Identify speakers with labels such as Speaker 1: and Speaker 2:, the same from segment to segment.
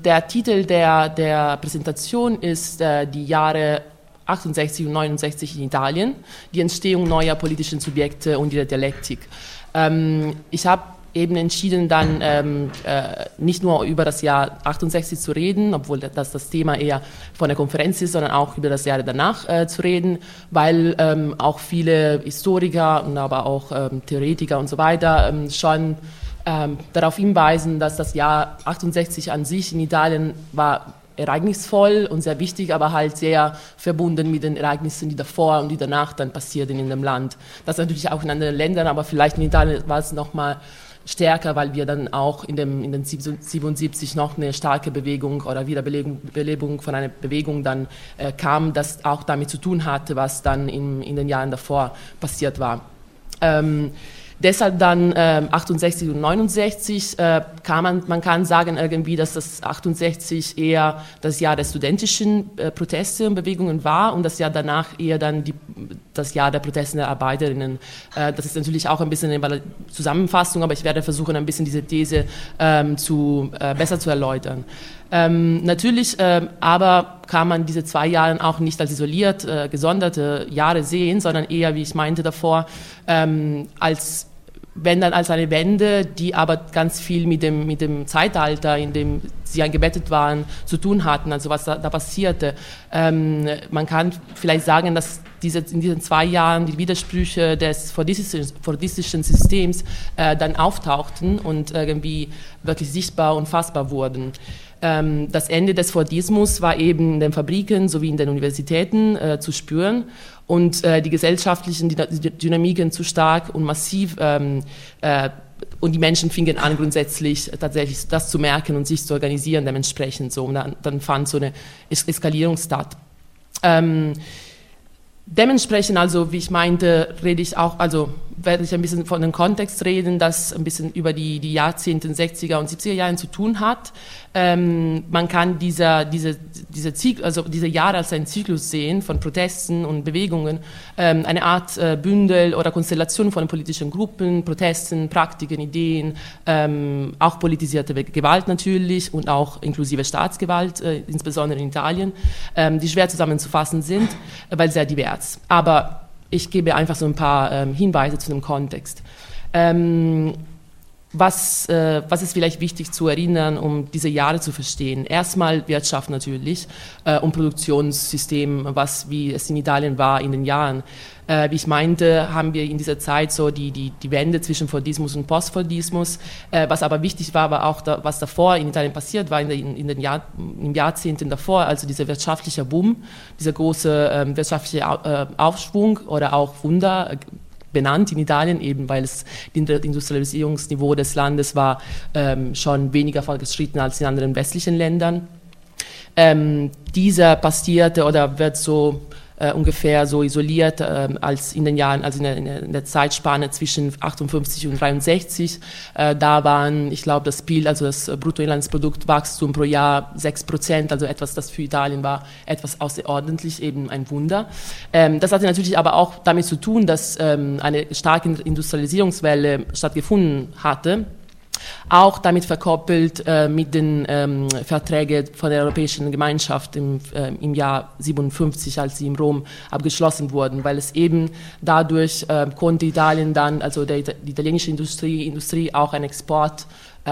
Speaker 1: Der Titel der Präsentation ist die Jahre 68 und 69 in Italien, die Entstehung neuer politischen Subjekte und ihre Dialektik. Ich habe eben entschieden, dann nicht nur über das Jahr 68 zu reden, obwohl das Thema eher von der Konferenz ist, sondern auch über das Jahr danach zu reden, weil auch viele Historiker und aber auch Theoretiker und so weiter schon darauf hinweisen, dass das Jahr 68 an sich in Italien war ereignisvoll und sehr wichtig, aber halt sehr verbunden mit den Ereignissen, die davor und die danach dann passierten in dem Land. Das natürlich auch in anderen Ländern, aber vielleicht in Italien war es nochmal stärker, weil wir dann auch in den 77 noch eine starke Bewegung oder Wiederbelebung von einer Bewegung dann kam, das auch damit zu tun hatte, was dann in den Jahren davor passiert war. Deshalb dann 68 und 69 man kann sagen irgendwie, dass das 68 eher das Jahr der studentischen Proteste und Bewegungen war und das Jahr danach eher dann das Jahr der Proteste der Arbeiterinnen. Das ist natürlich auch ein bisschen eine Zusammenfassung, aber ich werde versuchen, ein bisschen diese These besser zu erläutern. Natürlich aber kann man diese 2 Jahre auch nicht als isoliert gesonderte Jahre sehen, sondern eher, wie ich meinte davor, als eine Wende, die aber ganz viel mit dem Zeitalter, in dem sie eingebettet waren, zu tun hatten, also was da passierte. Man kann vielleicht sagen, dass in diesen 2 Jahren die Widersprüche des fordistischen Systems dann auftauchten und irgendwie wirklich sichtbar und fassbar wurden. Das Ende des Fordismus war eben in den Fabriken sowie in den Universitäten zu spüren und die gesellschaftlichen Dynamiken zu stark und massiv und die Menschen fingen an, grundsätzlich tatsächlich das zu merken und sich zu organisieren dementsprechend so. Und dann fand so eine Eskalierung statt. Dementsprechend, also wie ich meinte, werde ich ein bisschen von dem Kontext reden, das ein bisschen über die Jahrzehnte 60er und 70er Jahren zu tun hat. Man kann diese Jahre als einen Zyklus sehen von Protesten und Bewegungen, eine Art Bündel oder Konstellation von politischen Gruppen, Protesten, Praktiken, Ideen, auch politisierte Gewalt natürlich und auch inklusive Staatsgewalt, insbesondere in Italien, die schwer zusammenzufassen sind, weil sehr divers. Aber ich gebe einfach so ein paar Hinweise zu dem Kontext. Was ist vielleicht wichtig zu erinnern, um diese Jahre zu verstehen? Erstmal Wirtschaft natürlich und Produktionssystem, wie es in Italien war in den Jahren. Wie ich meinte, haben wir in dieser Zeit so die Wende zwischen Fordismus und Postfordismus. Was aber wichtig war auch, was davor in Italien passiert war, im Jahrzehnten davor, also dieser wirtschaftliche Boom, dieser große wirtschaftliche Aufschwung oder auch Wunder, benannt in Italien, eben weil das Industrialisierungsniveau des Landes war schon weniger fortgeschritten als in anderen westlichen Ländern. Dieser passierte oder wird so ungefähr so isoliert als in den Jahren, also in der Zeitspanne zwischen 58 und 63. Da waren, ich glaube, das Bruttoinlandsproduktwachstum pro Jahr 6%, also etwas, das für Italien war, etwas außerordentlich, eben ein Wunder. Das hatte natürlich aber auch damit zu tun, dass eine starke Industrialisierungswelle stattgefunden hatte. Auch damit verkoppelt mit den Verträgen von der Europäischen Gemeinschaft im Jahr 57, als sie in Rom abgeschlossen wurden, weil es eben dadurch konnte Italien dann, also die italienische Industrie auch seinen Export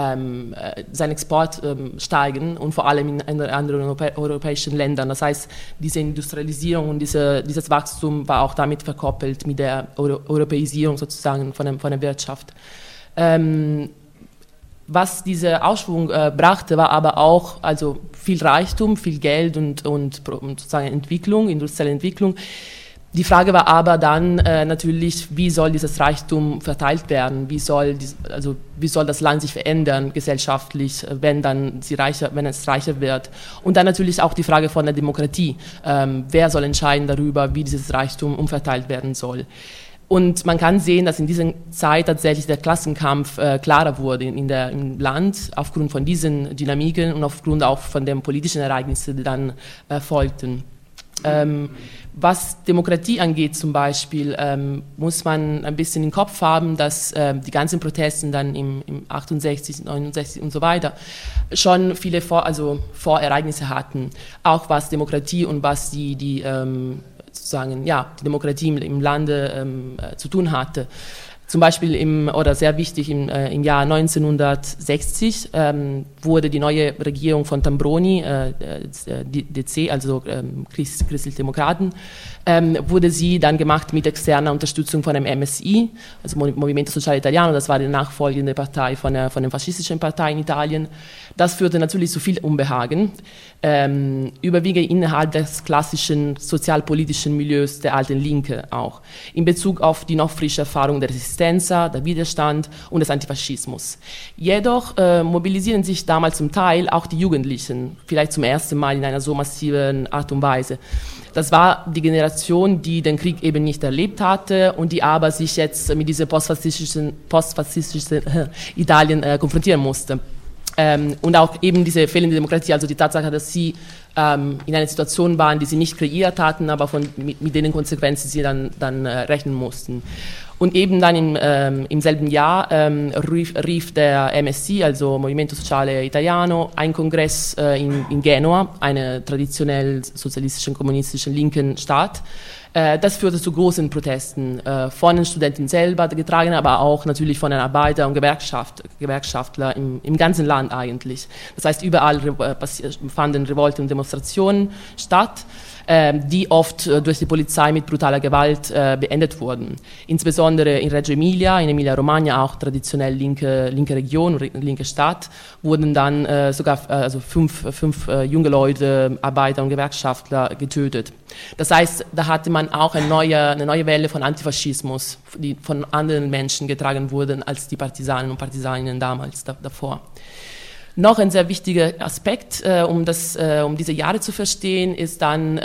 Speaker 1: steigen und vor allem in anderen europäischen Ländern. Das heißt, diese Industrialisierung und dieses Wachstum war auch damit verkoppelt mit der Europäisierung sozusagen von der Wirtschaft. Was dieser Aufschwung brachte, war aber auch also viel Reichtum, viel Geld und sozusagen Entwicklung, industrielle Entwicklung. Die Frage war aber dann natürlich, wie soll dieses Reichtum verteilt werden? Wie soll das Land sich verändern gesellschaftlich, wenn es reicher wird? Und dann natürlich auch die Frage von der Demokratie. Wer soll entscheiden darüber, wie dieses Reichtum umverteilt werden soll? Und man kann sehen, dass in dieser Zeit tatsächlich der Klassenkampf klarer wurde im Land, aufgrund von diesen Dynamiken und aufgrund auch von den politischen Ereignissen, die dann folgten. Was Demokratie angeht zum Beispiel, muss man ein bisschen im Kopf haben, dass die ganzen Proteste dann im 68, 69 und so weiter schon viele Vorereignisse hatten, auch was Demokratie und was die Demokratie im Lande zu tun hatte. Zum Beispiel sehr wichtig, im Jahr 1960 wurde die neue Regierung von Tambroni, DC, also Christlich-Demokraten, wurde sie dann gemacht mit externer Unterstützung von dem MSI, also Movimento Sociale Italiano, das war die nachfolgende Partei von der faschistischen Partei in Italien. Das führte natürlich zu viel Unbehagen, überwiegend innerhalb des klassischen sozialpolitischen Milieus der alten Linke auch, in Bezug auf die noch frische Erfahrung der Resistenza, der Widerstand und des Antifaschismus. Jedoch mobilisieren sich damals zum Teil auch die Jugendlichen, vielleicht zum ersten Mal in einer so massiven Art und Weise. Das war die Generation, die den Krieg eben nicht erlebt hatte und die aber sich jetzt mit diesem postfaschistischen Italien konfrontieren musste. Und auch eben diese fehlende Demokratie, also die Tatsache, dass sie in einer Situation waren, die sie nicht kreiert hatten, aber mit denen Konsequenzen sie dann rechnen mussten. Und eben dann im selben Jahr rief der MSI, also Movimento Sociale Italiano, einen Kongress in Genua, einer traditionell sozialistischen, kommunistischen linken Staat. Das führte zu großen Protesten von den Studenten selber getragen, aber auch natürlich von den Arbeiter- und Gewerkschaftler im ganzen Land eigentlich. Das heißt, überall fanden Revolten und Demonstrationen statt, die oft durch die Polizei mit brutaler Gewalt beendet wurden. Insbesondere in Reggio Emilia, in Emilia-Romagna, auch traditionell linke Region, linke Stadt, wurden dann sogar fünf junge Leute, Arbeiter und Gewerkschaftler getötet. Das heißt, da hatte man auch eine neue Welle von Antifaschismus, die von anderen Menschen getragen wurden als die Partisanen und Partisaninnen damals davor. Noch ein sehr wichtiger Aspekt, um diese Jahre zu verstehen, ist dann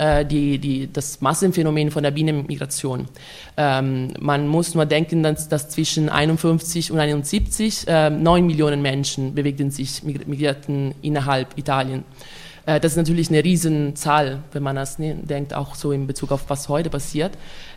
Speaker 1: das Massenphänomen von der Binnenmigration. Man muss nur denken, dass zwischen 51 und 71 9 Millionen Menschen migrierten innerhalb Italien. Das ist natürlich eine Riesenzahl, wenn man das denkt, auch so in Bezug auf was heute passiert.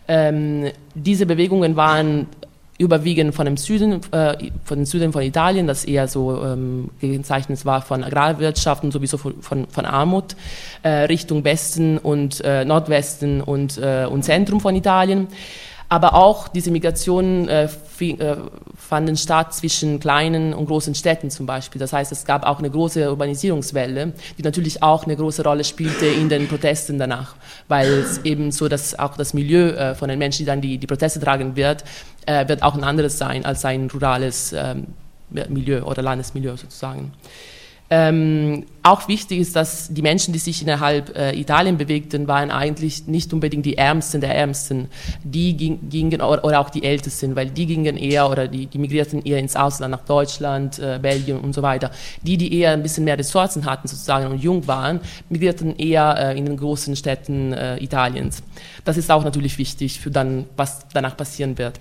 Speaker 1: Diese Bewegungen waren überwiegend von dem Süden von Italien, das eher so gekennzeichnet war von Agrarwirtschaft und sowieso von Armut, Richtung Westen und Nordwesten und Zentrum von Italien. Aber auch diese Migrationen fanden statt zwischen kleinen und großen Städten zum Beispiel. Das heißt, es gab auch eine große Urbanisierungswelle, die natürlich auch eine große Rolle spielte in den Protesten danach, weil es eben so, dass auch das Milieu von den Menschen, die dann die Proteste tragen wird auch ein anderes sein als ein rurales Milieu oder Landesmilieu sozusagen. Auch wichtig ist, dass die Menschen, die sich innerhalb Italien bewegten, waren eigentlich nicht unbedingt die Ärmsten der Ärmsten. Die gingen oder auch die Ältesten, weil die gingen eher oder die migrierten eher ins Ausland, nach Deutschland, Belgien und so weiter. Die eher ein bisschen mehr Ressourcen hatten sozusagen und jung waren, migrierten eher in den großen Städten Italiens. Das ist auch natürlich wichtig für dann, was danach passieren wird.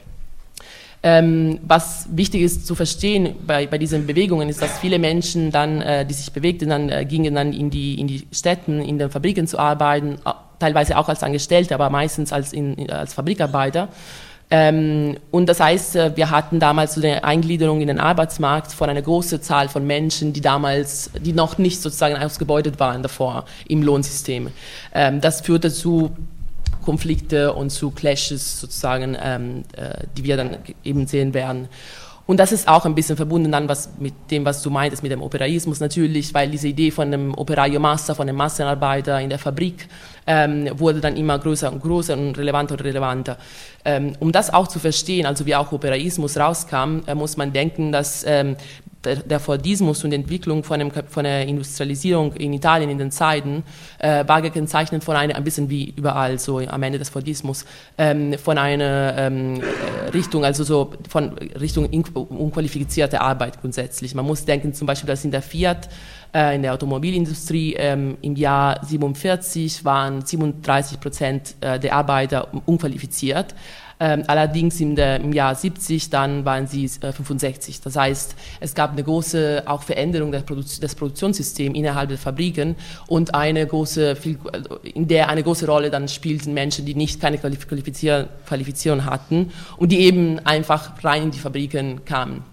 Speaker 1: Was wichtig ist zu verstehen bei diesen Bewegungen ist, dass viele Menschen dann, die sich bewegten, gingen dann in die Städten, in den Fabriken zu arbeiten, teilweise auch als Angestellte, aber meistens als Fabrikarbeiter. Und das heißt, wir hatten damals so eine Eingliederung in den Arbeitsmarkt von einer großen Zahl von Menschen, die noch nicht sozusagen ausgebeutet waren davor im Lohnsystem. Das führte zu Konflikte und zu Clashes sozusagen, die wir dann eben sehen werden. Und das ist auch ein bisschen verbunden dann mit dem, was du meintest, mit dem Operaismus natürlich, weil diese Idee von dem Operaio Massa, von dem Massenarbeiter in der Fabrik, wurde dann immer größer und größer und relevanter. Um das auch zu verstehen, also wie auch Operaismus rauskam, muss man denken, dass der Fordismus und die Entwicklung von der Industrialisierung in Italien in den Zeiten war gekennzeichnet von ein bisschen wie überall, so am Ende des Fordismus, von einer Richtung, also so von Richtung unqualifizierte Arbeit grundsätzlich. Man muss denken zum Beispiel, dass in der Fiat, in der Automobilindustrie im Jahr 1947 waren 37% der Arbeiter unqualifiziert. Allerdings im Jahr 70 dann waren sie 65. Das heißt, es gab eine große auch Veränderung des Produktionssystems innerhalb der Fabriken und in der eine große Rolle dann spielten Menschen, die nicht keine Qualifizierung hatten und die eben einfach rein in die Fabriken kamen.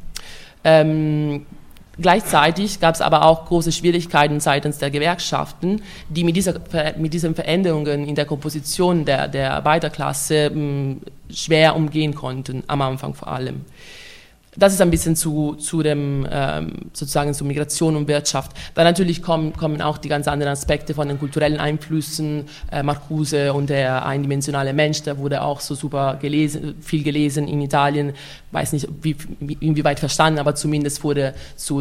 Speaker 1: Gleichzeitig gab es aber auch große Schwierigkeiten seitens der Gewerkschaften, die mit diesen Veränderungen in der Komposition der Arbeiterklasse schwer umgehen konnten, am Anfang vor allem. Das ist ein bisschen sozusagen zu Migration und Wirtschaft. Dann natürlich kommen auch die ganz anderen Aspekte von den kulturellen Einflüssen. Marcuse und der eindimensionale Mensch, der wurde auch so super viel gelesen in Italien. Weiß nicht, inwieweit verstanden, aber zumindest wurde zu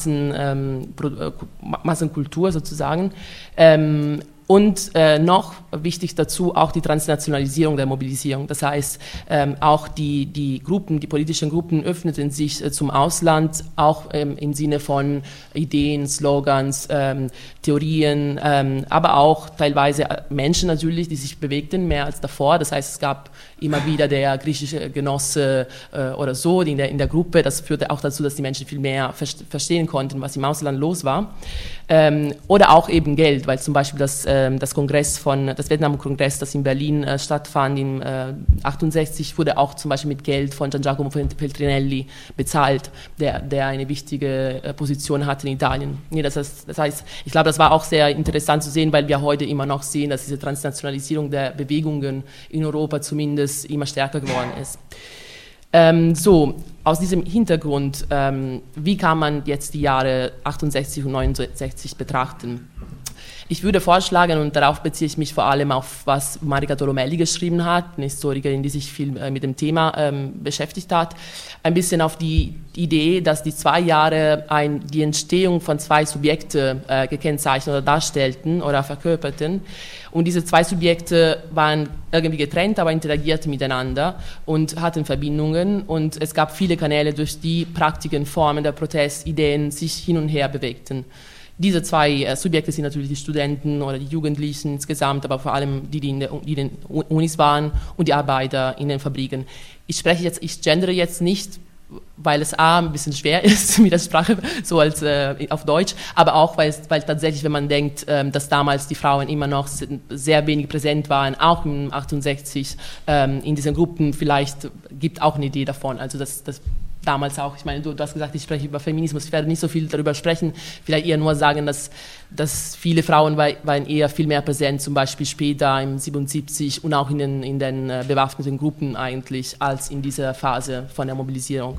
Speaker 1: Massenkultur sozusagen. Und noch wichtig dazu auch die Transnationalisierung der Mobilisierung. Das heißt, auch die politischen Gruppen öffneten sich zum Ausland, auch im Sinne von Ideen, Slogans, Theorien, aber auch teilweise Menschen natürlich, die sich bewegten, mehr als davor. Das heißt, es gab immer wieder der griechische Genosse oder so in der Gruppe. Das führte auch dazu, dass die Menschen viel mehr verstehen konnten, was im Ausland los war. Oder auch eben Geld, weil zum Beispiel das Vietnam-Kongress, das in Berlin stattfand, im 68, wurde auch zum Beispiel mit Geld von Gian Giacomo Feltrinelli bezahlt, der eine wichtige Position hatte in Italien. Nee, das heißt, ich glaube, das war auch sehr interessant zu sehen, weil wir heute immer noch sehen, dass diese Transnationalisierung der Bewegungen in Europa zumindest immer stärker geworden ist. Aus diesem Hintergrund, wie kann man jetzt die Jahre 68 und 69 betrachten? Ich würde vorschlagen, und darauf beziehe ich mich vor allem auf, was Marica Tolomelli geschrieben hat, eine Historikerin, die sich viel mit dem Thema beschäftigt hat, ein bisschen auf die Idee, dass die 2 Jahre die Entstehung von 2 Subjekte gekennzeichnet oder darstellten oder verkörperten. Und diese 2 Subjekte waren irgendwie getrennt, aber interagierten miteinander und hatten Verbindungen. Und es gab viele Kanäle, durch die Praktiken, Formen der Protestideen sich hin und her bewegten. Diese 2 Subjekte sind natürlich die Studenten oder die Jugendlichen insgesamt, aber vor allem die in den Unis waren und die Arbeiter in den Fabriken. Ich gendere jetzt nicht, weil es ein bisschen schwer ist mit der Sprache, so als auf Deutsch, aber auch, weil tatsächlich, wenn man denkt, dass damals die Frauen immer noch sehr wenig präsent waren, auch im 68 in diesen Gruppen, vielleicht gibt auch eine Idee davon, also das damals auch, ich meine, du hast gesagt, ich spreche über Feminismus, ich werde nicht so viel darüber sprechen, vielleicht eher nur sagen, dass viele Frauen waren eher viel mehr präsent, zum Beispiel später im 77 und auch in den bewaffneten Gruppen eigentlich, als in dieser Phase von der Mobilisierung.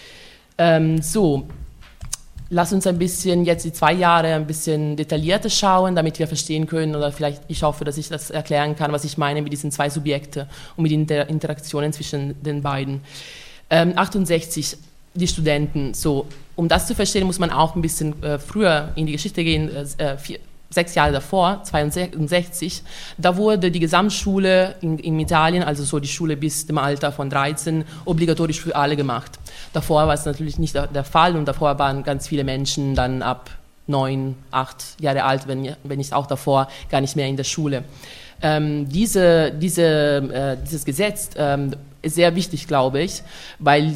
Speaker 1: Lass uns ein bisschen jetzt die 2 Jahre ein bisschen detaillierter schauen, damit wir verstehen können, oder vielleicht, ich hoffe, dass ich das erklären kann, was ich meine mit diesen 2 Subjekten und mit den Interaktionen zwischen den beiden. 68, die Studenten, um das zu verstehen, muss man auch ein bisschen früher in die Geschichte gehen, 6 Jahre davor, 62, da wurde die Gesamtschule in Italien, also so die Schule bis zum Alter von 13, obligatorisch für alle gemacht. Davor war es natürlich nicht der Fall und davor waren ganz viele Menschen dann ab 9, 8 Jahre alt, wenn nicht auch davor, gar nicht mehr in der Schule. Dieses Gesetz ist sehr wichtig, glaube ich, weil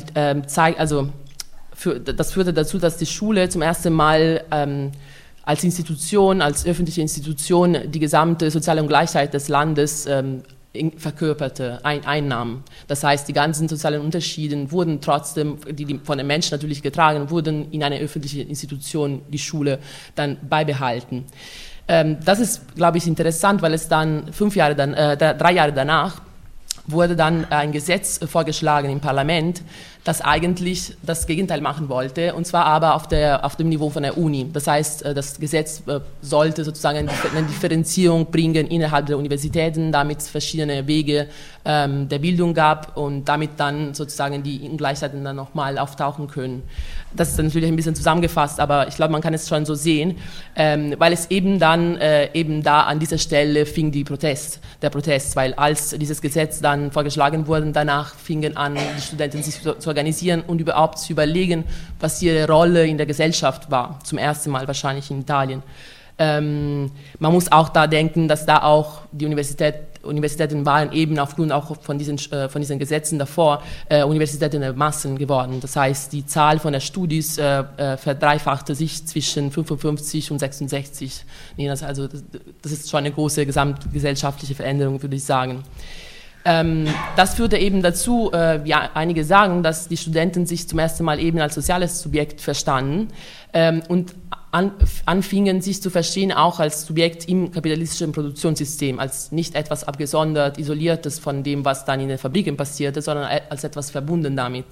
Speaker 1: das führte dazu, dass die Schule zum ersten Mal als Institution, als öffentliche Institution die gesamte soziale Ungleichheit des Landes verkörperte, einnahm. Das heißt, die ganzen sozialen Unterschiede wurden trotzdem, die von den Menschen natürlich getragen wurden, in eine öffentliche Institution, die Schule, dann beibehalten. Das ist, glaube ich, interessant, weil es dann 3 Jahre danach wurde dann ein Gesetz vorgeschlagen im Parlament, das eigentlich das Gegenteil machen wollte, und zwar aber auf dem Niveau von der Uni. Das heißt, das Gesetz sollte sozusagen eine Differenzierung bringen innerhalb der Universitäten, damit es verschiedene Wege der Bildung gab und damit dann sozusagen die Ungleichheiten dann nochmal auftauchen können. Das ist natürlich ein bisschen zusammengefasst, aber ich glaube, man kann es schon so sehen, weil es eben da an dieser Stelle fing der Protest, weil als dieses Gesetz dann vorgeschlagen wurde, danach fingen an, die Studenten sich zu organisieren und überhaupt zu überlegen, was ihre Rolle in der Gesellschaft war, zum ersten Mal wahrscheinlich in Italien. Man muss auch da denken, dass da auch die Universitäten waren eben aufgrund auch von diesen Gesetzen davor Universitäten der Massen geworden. Das heißt, die Zahl von der Studis verdreifachte sich zwischen 55 und 66. Also das ist schon eine große gesamtgesellschaftliche Veränderung, würde ich sagen. Das führte eben dazu, wie einige sagen, dass die Studenten sich zum ersten Mal eben als soziales Subjekt verstanden und anfingen, sich zu verstehen, auch als Subjekt im kapitalistischen Produktionssystem, als nicht etwas abgesondert, isoliertes von dem, was dann in den Fabriken passierte, sondern als etwas verbunden damit.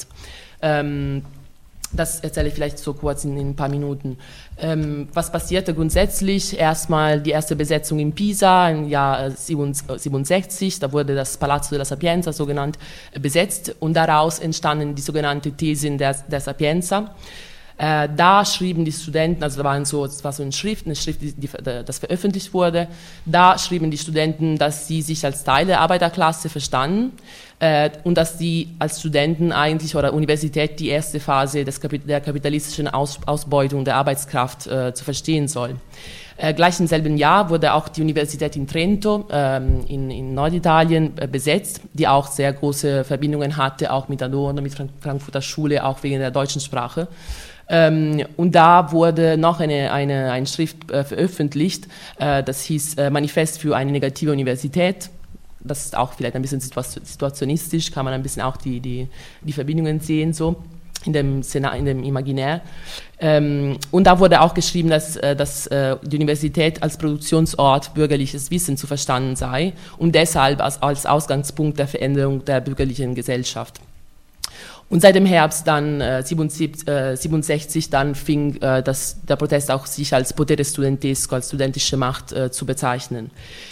Speaker 1: Das erzähle ich vielleicht so kurz in ein paar Minuten. Was passierte grundsätzlich? Erstmal die erste Besetzung in Pisa im Jahr 67, da wurde das Palazzo della Sapienza, so genannt, besetzt und daraus entstanden die sogenannten Thesen der Sapienza. Da schrieben die Studenten, also das war so eine Schrift, das veröffentlicht wurde, da schrieben die Studenten, dass sie sich als Teil der Arbeiterklasse verstanden und dass sie als Studenten eigentlich oder Universität die erste Phase der kapitalistischen Ausbeutung der Arbeitskraft zu verstehen soll. Gleich im selben Jahr wurde auch die Universität in Trento in Norditalien besetzt, die auch sehr große Verbindungen hatte, auch mit Adorno, mit Frankfurter Schule, auch wegen der deutschen Sprache. Und da wurde noch eine Schrift veröffentlicht, das hieß Manifest für eine negative Universität. Das ist auch vielleicht ein bisschen situationistisch, kann man ein bisschen auch die Verbindungen sehen, so in dem Imaginär. Und da wurde auch geschrieben, dass die Universität als Produktionsort bürgerliches Wissen zu verstanden sei und deshalb als Ausgangspunkt der Veränderung der bürgerlichen Gesellschaft. Und seit dem Herbst dann 67 dann fing der Protest auch sich als Potere Studentesco, als studentische Macht zu bezeichnen.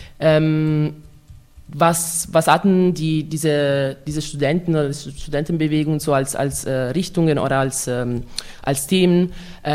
Speaker 1: Was hatten diese Studenten oder die Studentenbewegung so als Richtungen oder als Themen?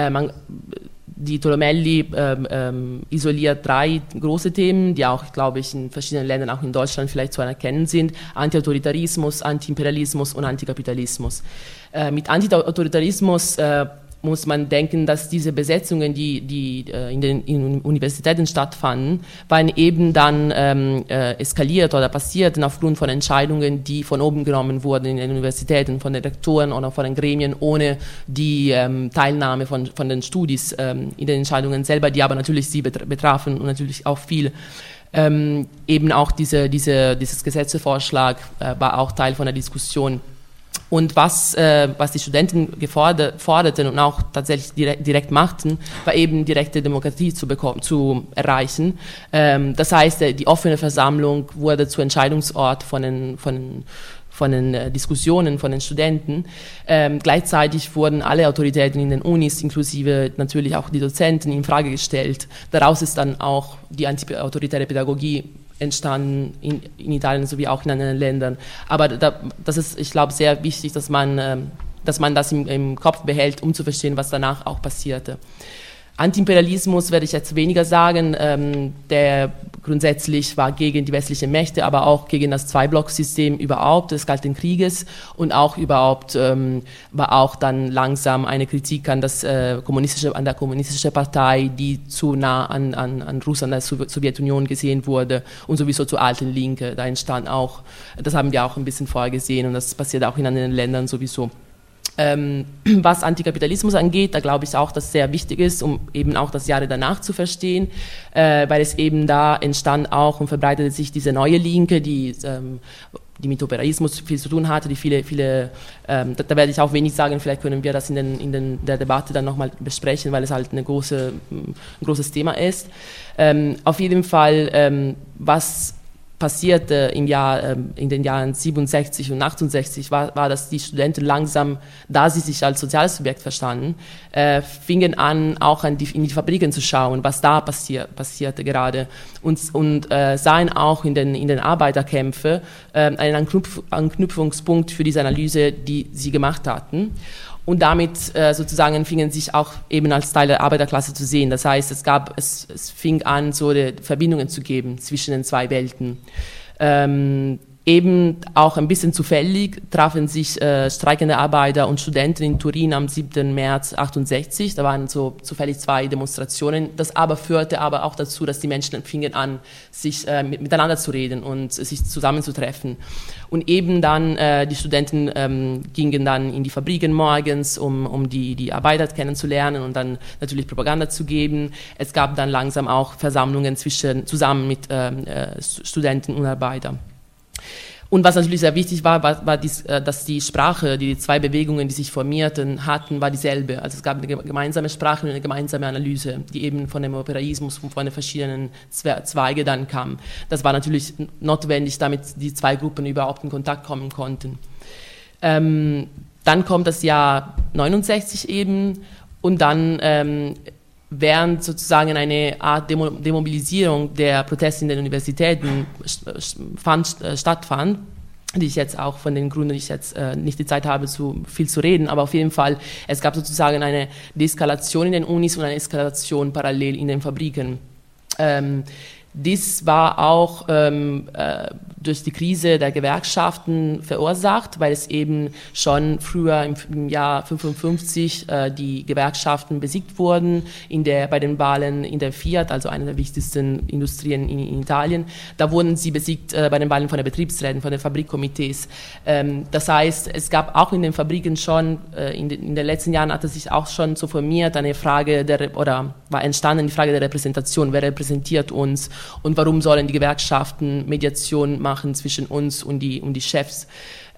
Speaker 1: Die Tolomelli isoliert 3 große Themen, die auch, glaube ich, in verschiedenen Ländern, auch in Deutschland vielleicht zu erkennen sind: Antiautoritarismus, Antiimperialismus und Antikapitalismus. Mit Antiautoritarismus muss man denken, dass diese Besetzungen, die in den Universitäten stattfanden, waren eben dann eskaliert oder passierten aufgrund von Entscheidungen, die von oben genommen wurden in den Universitäten, von den Rektoren oder von den Gremien, ohne die Teilnahme von den Studis in den Entscheidungen selber, die aber natürlich sie betrafen und natürlich auch viel. Eben auch dieses Gesetzesvorschlag war auch Teil von der Diskussion. Und was die Studenten forderten und auch tatsächlich direkt machten, war eben direkte Demokratie zu erreichen. Das heißt, die offene Versammlung wurde zu Entscheidungsort von den Diskussionen von den Studenten. Gleichzeitig wurden alle Autoritäten in den Unis, inklusive natürlich auch die Dozenten, in Frage gestellt. Daraus ist dann auch die antiautoritäre Pädagogie entstanden in Italien sowie auch in anderen Ländern. Aber das ist, ich glaube, sehr wichtig, dass man das im Kopf behält, um zu verstehen, was danach auch passierte. Antiimperialismus werde ich jetzt weniger sagen, der grundsätzlich war gegen die westlichen Mächte, aber auch gegen das Zwei-Block-System überhaupt des Kalten Krieges und auch überhaupt war auch dann langsam eine Kritik an der kommunistischen Partei, die zu nah an Russland, der Sowjetunion gesehen wurde und sowieso zur alten Linke. Da entstand auch, das haben wir auch ein bisschen vorher gesehen und das passiert auch in anderen Ländern sowieso. Was Antikapitalismus angeht, da glaube ich auch, dass es sehr wichtig ist, um eben auch das Jahre danach zu verstehen, weil es eben da entstand auch und verbreitete sich diese neue Linke, die mit Operaismus viel zu tun hatte, da werde ich auch wenig sagen, vielleicht können wir das in der Debatte dann nochmal besprechen, weil es halt ein großes Thema ist. Auf jeden Fall, was passierte in den Jahren 67 und 68 war, dass die Studenten langsam, da sie sich als soziales Subjekt verstanden, fingen an, auch in die Fabriken zu schauen, was da passierte gerade und sahen auch in den Arbeiterkämpfen einen Anknüpfungspunkt für diese Analyse, die sie gemacht hatten. Und damit sozusagen fingen sich auch eben als Teil der Arbeiterklasse zu sehen. Das heißt, es fing an, so Verbindungen zu geben zwischen den zwei Welten. Eben auch ein bisschen zufällig trafen sich streikende Arbeiter und Studenten in Turin am 7. März 68. Da waren so zufällig 2 Demonstrationen. Das aber führte aber auch dazu, dass die Menschen fingen an, sich miteinander zu reden und sich zusammenzutreffen. Und eben dann, die Studenten gingen dann in die Fabriken morgens, um die Arbeiter kennenzulernen und dann natürlich Propaganda zu geben. Es gab dann langsam auch Versammlungen zusammen mit Studenten und Arbeitern. Und was natürlich sehr wichtig war, dass die Sprache, die 2 Bewegungen, die sich formierten, hatten, war dieselbe. Also es gab eine gemeinsame Sprache und eine gemeinsame Analyse, die eben von dem Operaismus und von den verschiedenen Zweige dann kam. Das war natürlich notwendig, damit die 2 Gruppen überhaupt in Kontakt kommen konnten. Dann kommt das Jahr 69 eben und dann während sozusagen eine Art Demobilisierung der Proteste in den Universitäten stattfand, die ich jetzt auch von den Gründen, ich jetzt nicht die Zeit habe, viel zu reden, aber auf jeden Fall, es gab sozusagen eine Deeskalation in den Unis und eine Eskalation parallel in den Fabriken. Dies war auch durch die Krise der Gewerkschaften verursacht, weil es eben schon früher im Jahr 1955 die Gewerkschaften besiegt wurden bei den Wahlen in der Fiat, also einer der wichtigsten Industrien in Italien. Da wurden sie besiegt bei den Wahlen von den Betriebsräten, von den Fabrikkomitees. Das heißt, es gab auch in den Fabriken schon, in den letzten Jahren hat es sich auch schon so formiert, eine Frage war entstanden die Frage der Repräsentation. Wer repräsentiert uns und warum sollen die Gewerkschaften Mediation machen zwischen uns und die Chefs?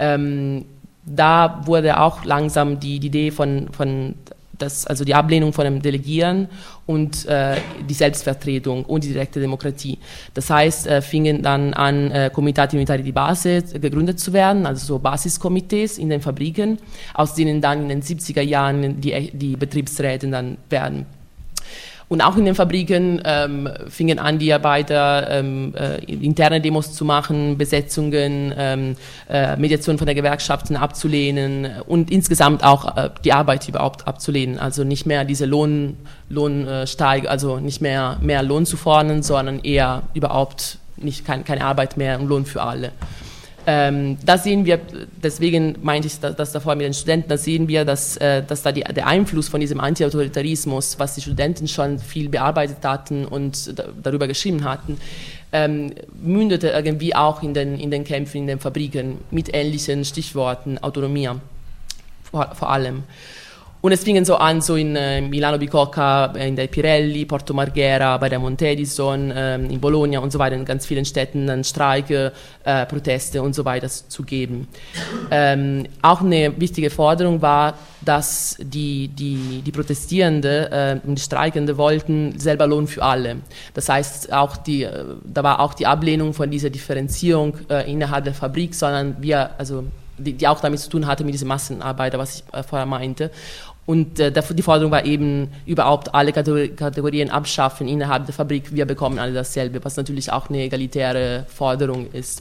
Speaker 1: Da wurde auch langsam die Idee also die Ablehnung von dem Delegieren und die Selbstvertretung und die direkte Demokratie. Das heißt, fingen dann an, Comitati Unitari di Base gegründet zu werden, also so Basiskomitees in den Fabriken, aus denen dann in den 70er Jahren die Betriebsräte dann werden. Und auch in den Fabriken fingen an, die Arbeiter interne Demos zu machen, Besetzungen, Mediation von der Gewerkschaften abzulehnen und insgesamt auch die Arbeit überhaupt abzulehnen. Also nicht mehr diese Lohnsteig, also nicht mehr Lohn zu fordern, sondern eher überhaupt keine Arbeit mehr und Lohn für alle. Da sehen wir, deswegen meinte ich das davor mit den Studenten, da sehen wir, dass da der Einfluss von diesem Anti-Autoritarismus, was die Studenten schon viel bearbeitet hatten und darüber geschrieben hatten, mündete irgendwie auch in den Kämpfen in den Fabriken mit ähnlichen Stichworten, Autonomie vor allem. Und es fingen so an, so in Milano Bicocca, in der Pirelli, Porto Marghera, bei der Mount Edison, in Bologna und so weiter, in ganz vielen Städten dann Streike, Proteste und so weiter zu geben. Auch eine wichtige Forderung war, dass die Protestierende und die Streikende wollten selber Lohn für alle. Das heißt, da war auch die Ablehnung von dieser Differenzierung innerhalb der Fabrik, sondern die auch damit zu tun hatte, mit diesen Massenarbeiter, was ich vorher meinte. Und die Forderung war eben, überhaupt alle Kategorien abschaffen innerhalb der Fabrik, wir bekommen alle dasselbe, was natürlich auch eine egalitäre Forderung ist.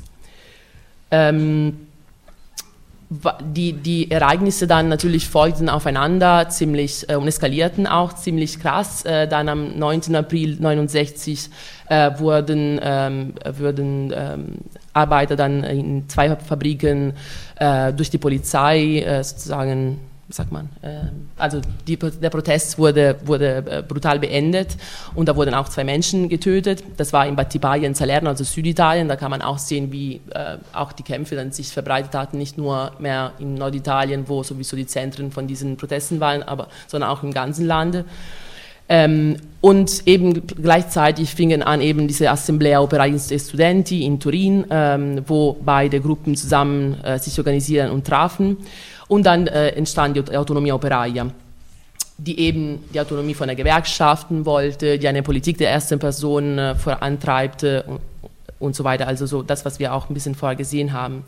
Speaker 1: Die Ereignisse dann natürlich folgten aufeinander und eskalierten auch ziemlich krass. Dann am 9. April 1969 wurden Arbeiter dann in 2 Fabriken durch die Polizei sozusagen, wie sagt man, also der Protest wurde brutal beendet und da wurden auch 2 Menschen getötet. Das war in Battipaglia in Salerno, also Süditalien. Da kann man auch sehen, wie auch die Kämpfe dann sich verbreitet hatten, nicht nur mehr in Norditalien, wo sowieso die Zentren von diesen Protesten waren, sondern auch im ganzen Lande. Und eben gleichzeitig fingen an eben diese Assemblea Operaia e Studenti in Turin, wo beide Gruppen zusammen sich organisieren und trafen. Und dann entstand die Autonomia Operaia, die eben die Autonomie von der Gewerkschaften wollte, die eine Politik der ersten Person vorantreibt und so weiter. Also so das, was wir auch ein bisschen vorher gesehen haben.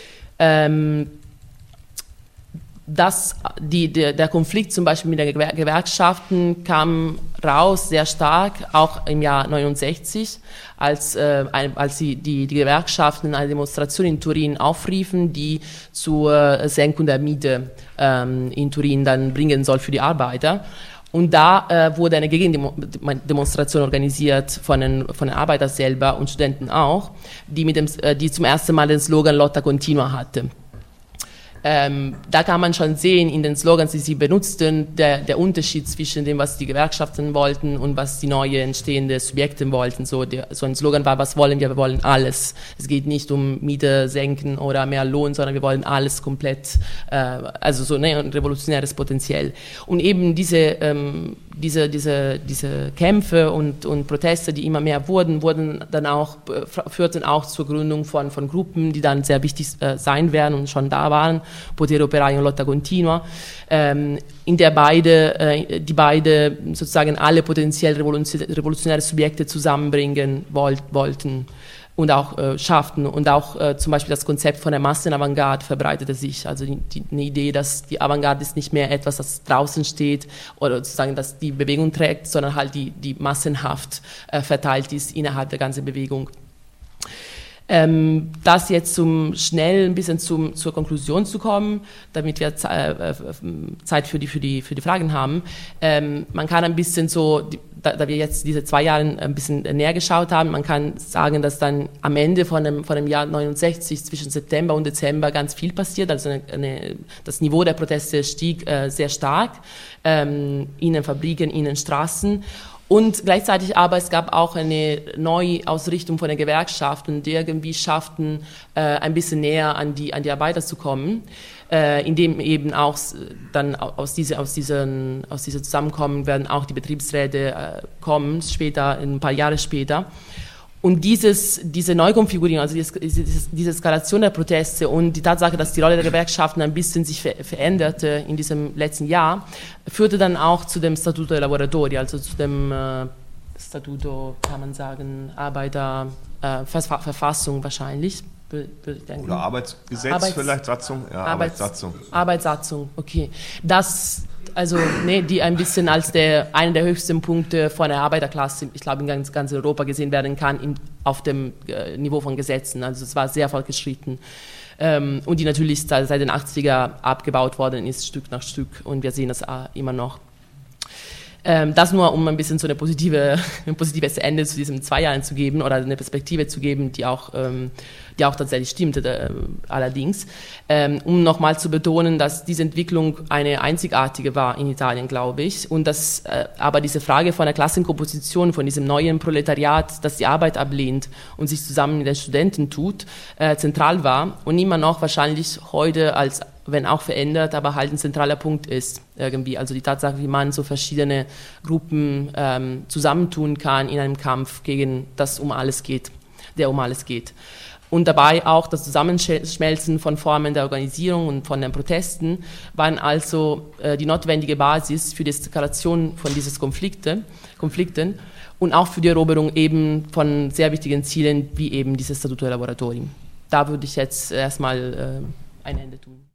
Speaker 1: Der Konflikt zum Beispiel mit den Gewerkschaften kam raus sehr stark, auch im Jahr 1969, als die Gewerkschaften eine Demonstration in Turin aufriefen, die zur Senkung der Miete in Turin dann bringen soll für die Arbeiter. Und da wurde eine Gegendemonstration organisiert von den Arbeitern selber und Studenten auch, die zum ersten Mal den Slogan Lotta Continua hatte. Da kann man schon sehen in den Slogans, die sie benutzten, der Unterschied zwischen dem, was die Gewerkschaften wollten und was die neue entstehenden Subjekte wollten. So ein Slogan war, was wollen wir? Wir wollen alles. Es geht nicht um Miete senken oder mehr Lohn, sondern wir wollen alles komplett, also so ein revolutionäres Potenzial. Und eben diese Kämpfe und Proteste, die immer mehr führten auch zur Gründung von Gruppen, die dann sehr wichtig sein werden und schon da waren. Potere Operaio und Lotta Continua, in der die beide sozusagen alle potenziell revolutionäre Subjekte zusammenbringen wollten und auch schafften. Und auch zum Beispiel das Konzept von der Massenavantgarde verbreitete sich. Also eine Idee, dass die Avantgarde ist nicht mehr etwas, das draußen steht oder sozusagen, das die Bewegung trägt, sondern halt die massenhaft verteilt ist innerhalb der ganzen Bewegung. Das jetzt schnell ein bisschen zur Konklusion zu kommen, damit wir Zeit für die Fragen haben. Man kann ein bisschen da wir jetzt diese 2 Jahre ein bisschen näher geschaut haben, man kann sagen, dass dann am Ende von dem Jahr 69 zwischen September und Dezember ganz viel passiert. Also das Niveau der Proteste stieg sehr stark, Innenfabriken, Innenstraßen. Und gleichzeitig aber es gab auch eine Neuausrichtung von den Gewerkschaften, die irgendwie schafften, ein bisschen näher an die Arbeiter zu kommen, indem eben auch dann aus diesem Zusammenkommen werden auch die Betriebsräte kommen, später, ein paar Jahre später. Und diese Neukonfigurierung, also diese Eskalation der Proteste und die Tatsache, dass die Rolle der Gewerkschaften ein bisschen sich veränderte in diesem letzten Jahr, führte dann auch zu dem Statuto dei Lavoratori, also zu dem Statuto, kann man sagen, Verfassung wahrscheinlich.
Speaker 2: Oder Arbeitsgesetz vielleicht, Satzung? Ja, Arbeitssatzung.
Speaker 1: Arbeitssatzung, okay. Die ein bisschen als einer der höchsten Punkte von der Arbeiterklasse, ich glaube, in ganz Europa gesehen werden kann, auf dem Niveau von Gesetzen. Also es war sehr fortgeschritten. Und die natürlich seit den 80er abgebaut worden ist, Stück nach Stück. Und wir sehen das immer noch. Das nur, um ein bisschen so ein positives Ende zu diesen 2 Jahren zu geben oder eine Perspektive zu geben, die auch tatsächlich stimmte, allerdings. Um nochmal zu betonen, dass diese Entwicklung eine einzigartige war in Italien, glaube ich, und dass aber diese Frage von der Klassenkomposition, von diesem neuen Proletariat, das die Arbeit ablehnt und sich zusammen mit den Studenten tut, zentral war und immer noch wahrscheinlich heute als wenn auch verändert, aber halt ein zentraler Punkt ist irgendwie. Also die Tatsache, wie man so verschiedene Gruppen zusammentun kann in einem Kampf gegen das um alles geht. Und dabei auch das Zusammenschmelzen von Formen der Organisierung und von den Protesten waren also die notwendige Basis für die Eskalation von diesen Konflikten und auch für die Eroberung eben von sehr wichtigen Zielen wie eben dieses Statuto dei Lavoratori. Da würde ich jetzt erstmal ein Ende tun.